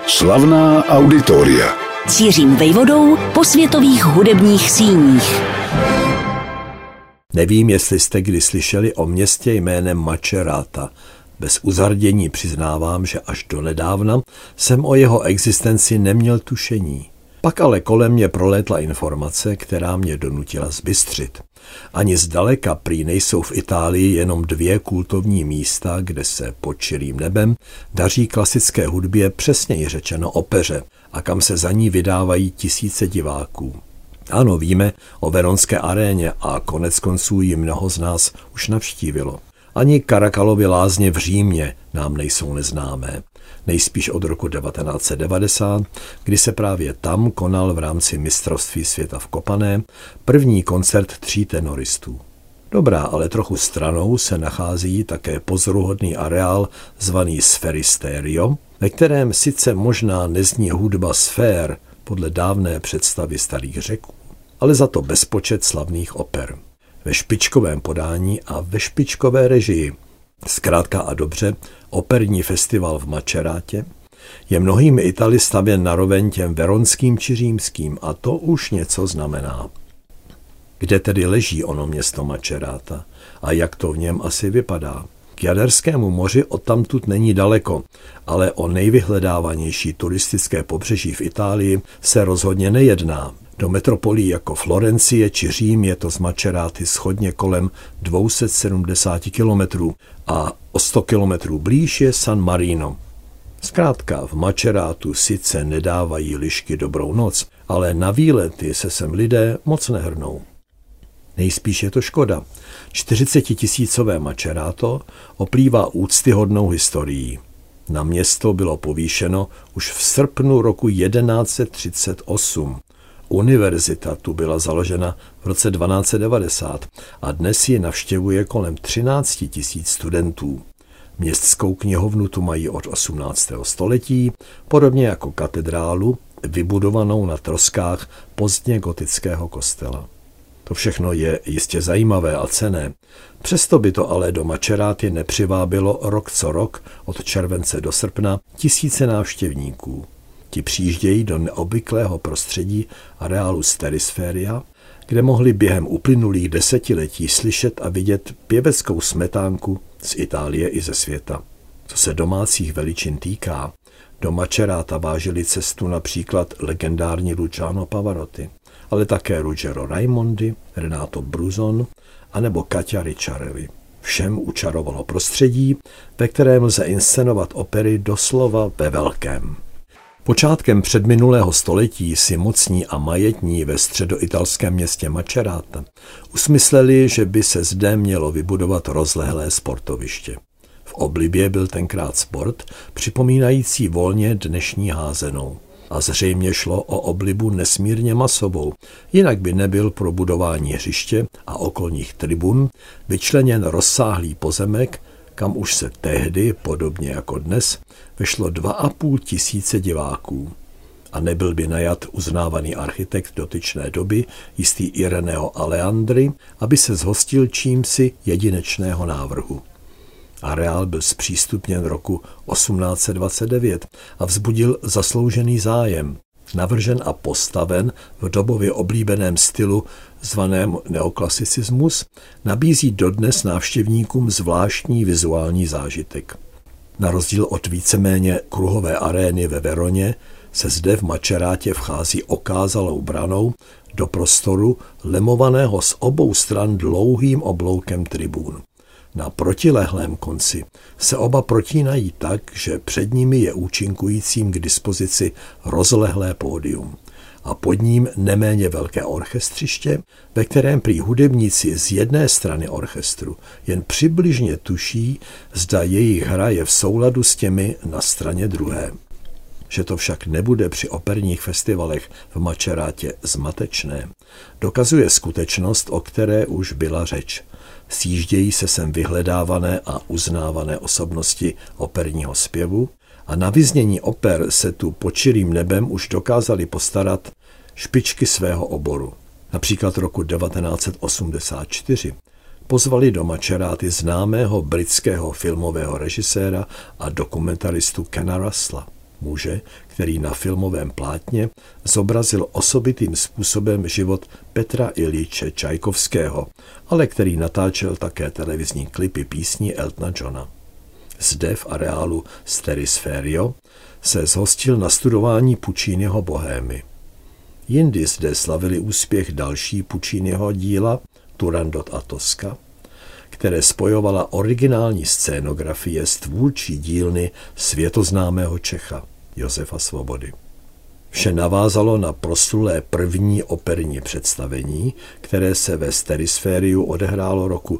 Slavná auditoria. Cířím vejvodou po světových hudebních síních. Nevím, jestli jste kdy slyšeli o městě jménem Macerata. Bez uzardění přiznávám, že až donedávna jsem o jeho existenci neměl tušení. Pak ale kolem mě prolétla informace, která mě donutila zbystřit. Ani zdaleka prý nejsou v Itálii jenom 2 kultovní místa, kde se pod čirým nebem daří klasické hudbě, přesněji řečeno opeře, a kam se za ní vydávají tisíce diváků. Ano, víme o Veronské aréně a koneckonců ji mnoho z nás už navštívilo. Ani Caracallovy lázně v Římě nám nejsou neznámé. Nejspíš od roku 1990, kdy se právě tam konal v rámci mistrovství světa v kopané první koncert 3 tenoristů. Dobrá, ale trochu stranou se nachází také pozoruhodný areál zvaný Sferisterio, ve kterém sice možná nezní hudba sfér podle dávné představy starých Řeků, ale za to bezpočet slavných oper. Ve špičkovém podání a ve špičkové režii. Zkrátka a dobře, operní festival v Macerátě je mnohými Italy stavěn naroveň těm veronským či římským a to už něco znamená. Kde tedy leží ono město Macerata a jak to v něm asi vypadá? K Jaderskému moři odtamtud není daleko, ale o nejvyhledávanější turistické pobřeží v Itálii se rozhodně nejedná. Do metropolí jako Florencie či Řím je to z Maceráty shodně kolem 270 kilometrů a o 100 kilometrů blíž je San Marino. Zkrátka v Macerátu sice nedávají lišky dobrou noc, ale na výlety se sem lidé moc nehrnou. Nejspíš je to škoda. 40 000 Maceráto oplývá úctyhodnou historií. Na město bylo povýšeno už v srpnu roku 1138. Univerzita tu byla založena v roce 1290 a dnes ji navštěvuje kolem 13 000 studentů. Městskou knihovnu tu mají od 18. století, podobně jako katedrálu, vybudovanou na troskách pozdně gotického kostela. To všechno je jistě zajímavé a cenné. Přesto by to ale do Maceráty nepřivábilo rok co rok, od července do srpna, tisíce návštěvníků. Ti přijíždějí do neobvyklého prostředí areálu Sferisteria, kde mohli během uplynulých desetiletí slyšet a vidět pěveckou smetánku z Itálie i ze světa. Co se domácích veličin týká, do Macerata vážili cestu například legendární Luciano Pavarotti, ale také Ruggero Raimondi, Renato Bruzon anebo Katia Ricciarelli. Všem učarovalo prostředí, ve kterém lze inscenovat opery doslova ve velkém. Počátkem předminulého století si mocní a majetní ve středoitalském městě Macerata usmysleli, že by se zde mělo vybudovat rozlehlé sportoviště. V oblibě byl tenkrát sport, připomínající volně dnešní házenou. A zřejmě šlo o oblibu nesmírně masovou, jinak by nebyl pro budování hřiště a okolních tribun vyčleněn rozsáhlý pozemek, kam už se tehdy, podobně jako dnes, vešlo 2,5 000 diváků. A nebyl by najat uznávaný architekt dotyčné doby, jistý Ireneo Aleandri, aby se zhostil čímsi jedinečného návrhu. Areál byl zpřístupněn roku 1829 a vzbudil zasloužený zájem. Navržen a postaven v dobově oblíbeném stylu zvaném neoklasicismus, nabízí dodnes návštěvníkům zvláštní vizuální zážitek. Na rozdíl od víceméně kruhové arény ve Veroně se zde v Macerátě vchází okázalou branou do prostoru lemovaného z obou stran dlouhým obloukem tribún. Na protilehlém konci se oba protínají tak, že před nimi je účinkujícím k dispozici rozlehlé pódium a pod ním neméně velké orchestřiště, ve kterém prý hudebníci z jedné strany orchestru jen přibližně tuší, zda jejich hra je v souladu s těmi na straně druhé. Že to však nebude při operních festivalech v Macerátě zmatečné, dokazuje skutečnost, o které už byla řeč. Sjíždějí se sem vyhledávané a uznávané osobnosti operního zpěvu a na vyznění oper se tu pod čirým nebem už dokázali postarat špičky svého oboru. Například roku 1984 pozvali do Maceráty známého britského filmového režiséra a dokumentaristu Kena Russella. muže, který na filmovém plátně zobrazil osobitým způsobem život Petra Iljiče Čajkovského, ale který natáčel také televizní klipy písní Eltona Johna. Zde v areálu Sferisterio se zhostil na studování Pucciniho Bohémy. Jindy zde slavili úspěch další Pucciniho díla Turandot a Tosca, které spojovala originální scénografie z tvůrčí dílny světoznámého Čecha Josefa Svobody. Vše navázalo na proslulé první operní představení, které se ve Sferiu odehrálo roku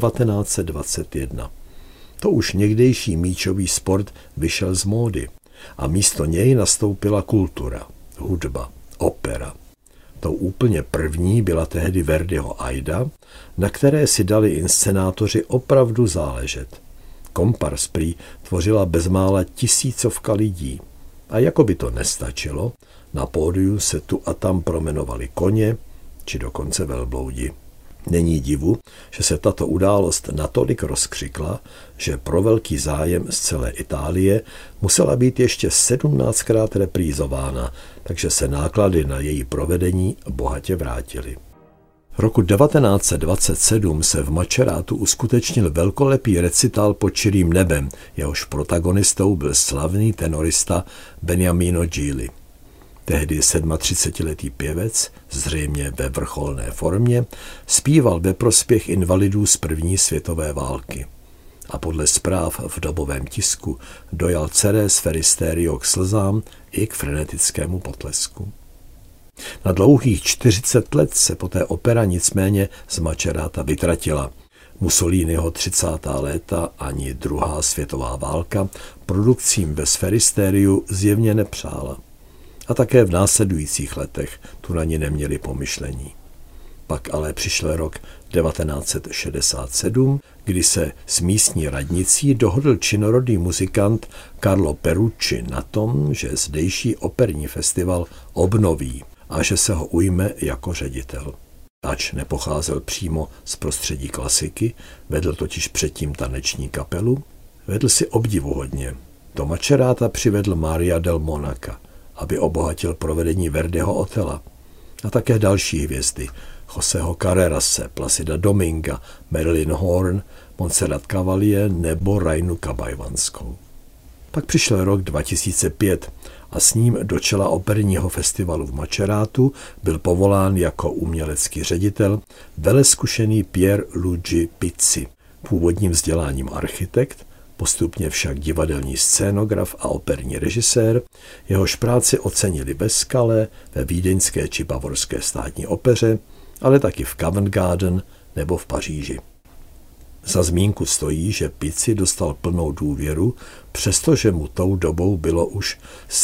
1921. To už někdejší míčový sport vyšel z módy a místo něj nastoupila kultura, hudba, opera. Tou úplně první byla tehdy Verdiho Aida, na které si dali inscenátoři opravdu záležet. Kompars prý tvořila bezmála 1000 lidí. A jako by to nestačilo, na pódiu se tu a tam promenovali koně, či dokonce velbloudi. Není divu, že se tato událost natolik rozkřikla, že pro velký zájem z celé Itálie musela být ještě 17krát reprízována, takže se náklady na její provedení bohatě vrátily. Roku 1927 se v Macerátu uskutečnil velkolepý recital pod čirým nebem, jehož protagonistou byl slavný tenorista Beniamino Gigli. Tehdy 37letý pěvec, zřejmě ve vrcholné formě, zpíval ve prospěch invalidů z první světové války. A podle zpráv v dobovém tisku dojal celé Sferisterio k slzám i k frenetickému potlesku. Na dlouhých 40 let se poté opera nicméně z Maceráta vytratila. Mussoliniho 30. léta ani druhá světová válka produkcím ve Sferisteriu zjevně nepřála. A také v následujících letech tu na ní neměli pomyšlení. Pak ale přišel rok 1967, kdy se s místní radnicí dohodl činorodý muzikant Carlo Perucci na tom, že zdejší operní festival obnoví a že se ho ujme jako ředitel. Ač nepocházel přímo z prostředí klasiky, vedl totiž předtím taneční kapelu, vedl si obdivuhodně. Do Maceráta přivedl Maria del Monaca, aby obohatil provedení Verdiho Otela, a také další hvězdy, Joseho Carrerase, Placida Dominga, Marilyn Horne, Montserrat Caballé nebo Rainu Kabajvanskou. Pak přišel rok 2005 a s ním do čela operního festivalu v Macerátu byl povolán jako umělecký ředitel velezkušený Pier Luigi Pizzi, původním vzděláním architekt, postupně však divadelní scénograf a operní režisér, jehož práci ocenili ve Scale, ve vídeňské či bavorské státní opeře, ale taky v Covent Garden nebo v Paříži. Za zmínku stojí, že Pizzi dostal plnou důvěru, přestože mu tou dobou bylo už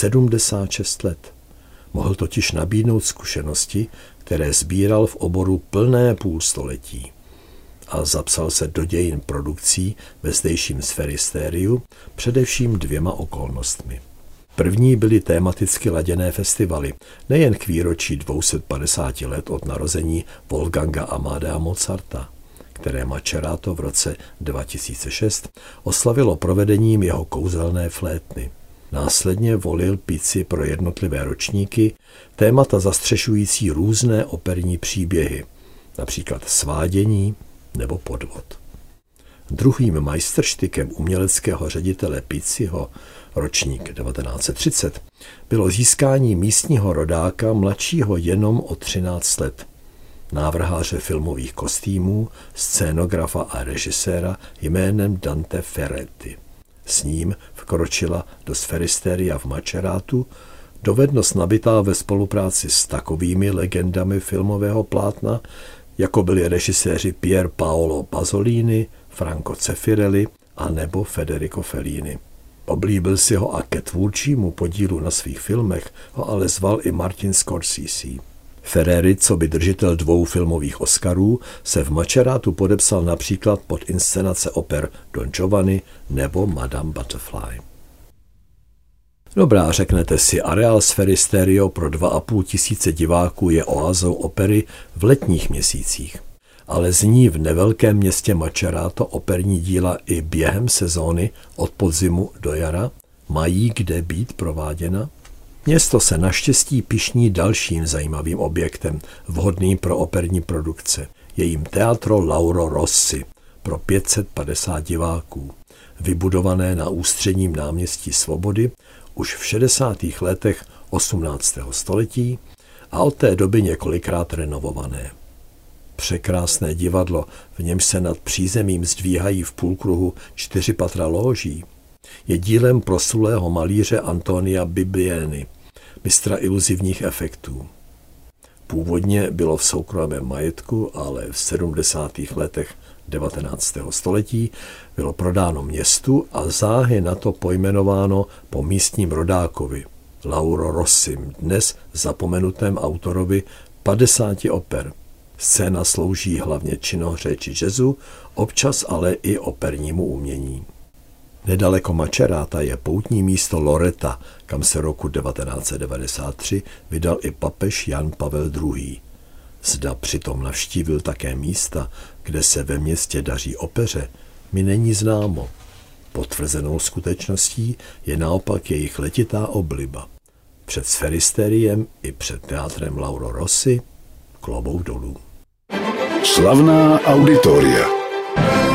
76 let. Mohl totiž nabídnout zkušenosti, které sbíral v oboru plné půlstoletí. A zapsal se do dějin produkcí ve zdejším Sferisteriu především 2 okolnostmi. První byly tematicky laděné festivaly, nejen k výročí 250 let od narození Wolfganga Amadea Mozarta, které Maceráto v roce 2006 oslavilo provedením jeho kouzelné flétny. Následně volil Pizzi pro jednotlivé ročníky témata zastřešující různé operní příběhy, například svádění nebo podvod. Druhým majstrštykem uměleckého ředitele Pizziho, ročník 1930, bylo získání místního rodáka mladšího jenom o 13 let, návrháře filmových kostýmů, scénografa a režiséra jménem Dante Ferretti. S ním vkročila do Sferisteria v Macerátu dovednost nabitá ve spolupráci s takovými legendami filmového plátna, jako byli režiséři Pier Paolo Pasolini, Franco Zeffirelli a nebo Federico Fellini. Oblíbil si ho a ke tvůrčímu podílu na svých filmech ho ale zval i Martin Scorsese. Ferreri, coby držitel 2 filmových Oscarů, se v Macerátu podepsal například pod inscenace oper Don Giovanni nebo Madame Butterfly. Dobrá, řeknete si, areál Sferisterio pro 2500 diváků je oázou opery v letních měsících. Ale zní v nevelkém městě Maceráto operní díla i během sezóny od podzimu do jara, mají kde být prováděna? Město se naštěstí pyšní dalším zajímavým objektem, vhodným pro operní produkce. Je jim Teatro Lauro Rossi pro 550 diváků, vybudované na ústředním náměstí Svobody už v 60. letech 18. století a od té doby několikrát renovované. Překrásné divadlo, v němž se nad přízemím zdvíhají v půlkruhu 4 patra lóží, je dílem proslulého malíře Antonia Bibieny, mistra iluzivních efektů. Původně bylo v soukromém majetku, ale v 70. letech 19. století bylo prodáno městu a záhy na to pojmenováno po místním rodákovi, Lauro Rossim, dnes zapomenutém autorovi 50 oper. Scéna slouží hlavně činohře či jazzu, občas ale i opernímu umění. Nedaleko Macerata je poutní místo Loreta, kam se roku 1993 vydal i papež Jan Pavel II. Zda přitom navštívil také místa, kde se ve městě daří opeře, mi není známo. Potvrzenou skutečností je naopak jejich letitá obliba. Před Sferisteriem i před teatrem Lauro Rossi klobouk dolů. Slavná auditoria.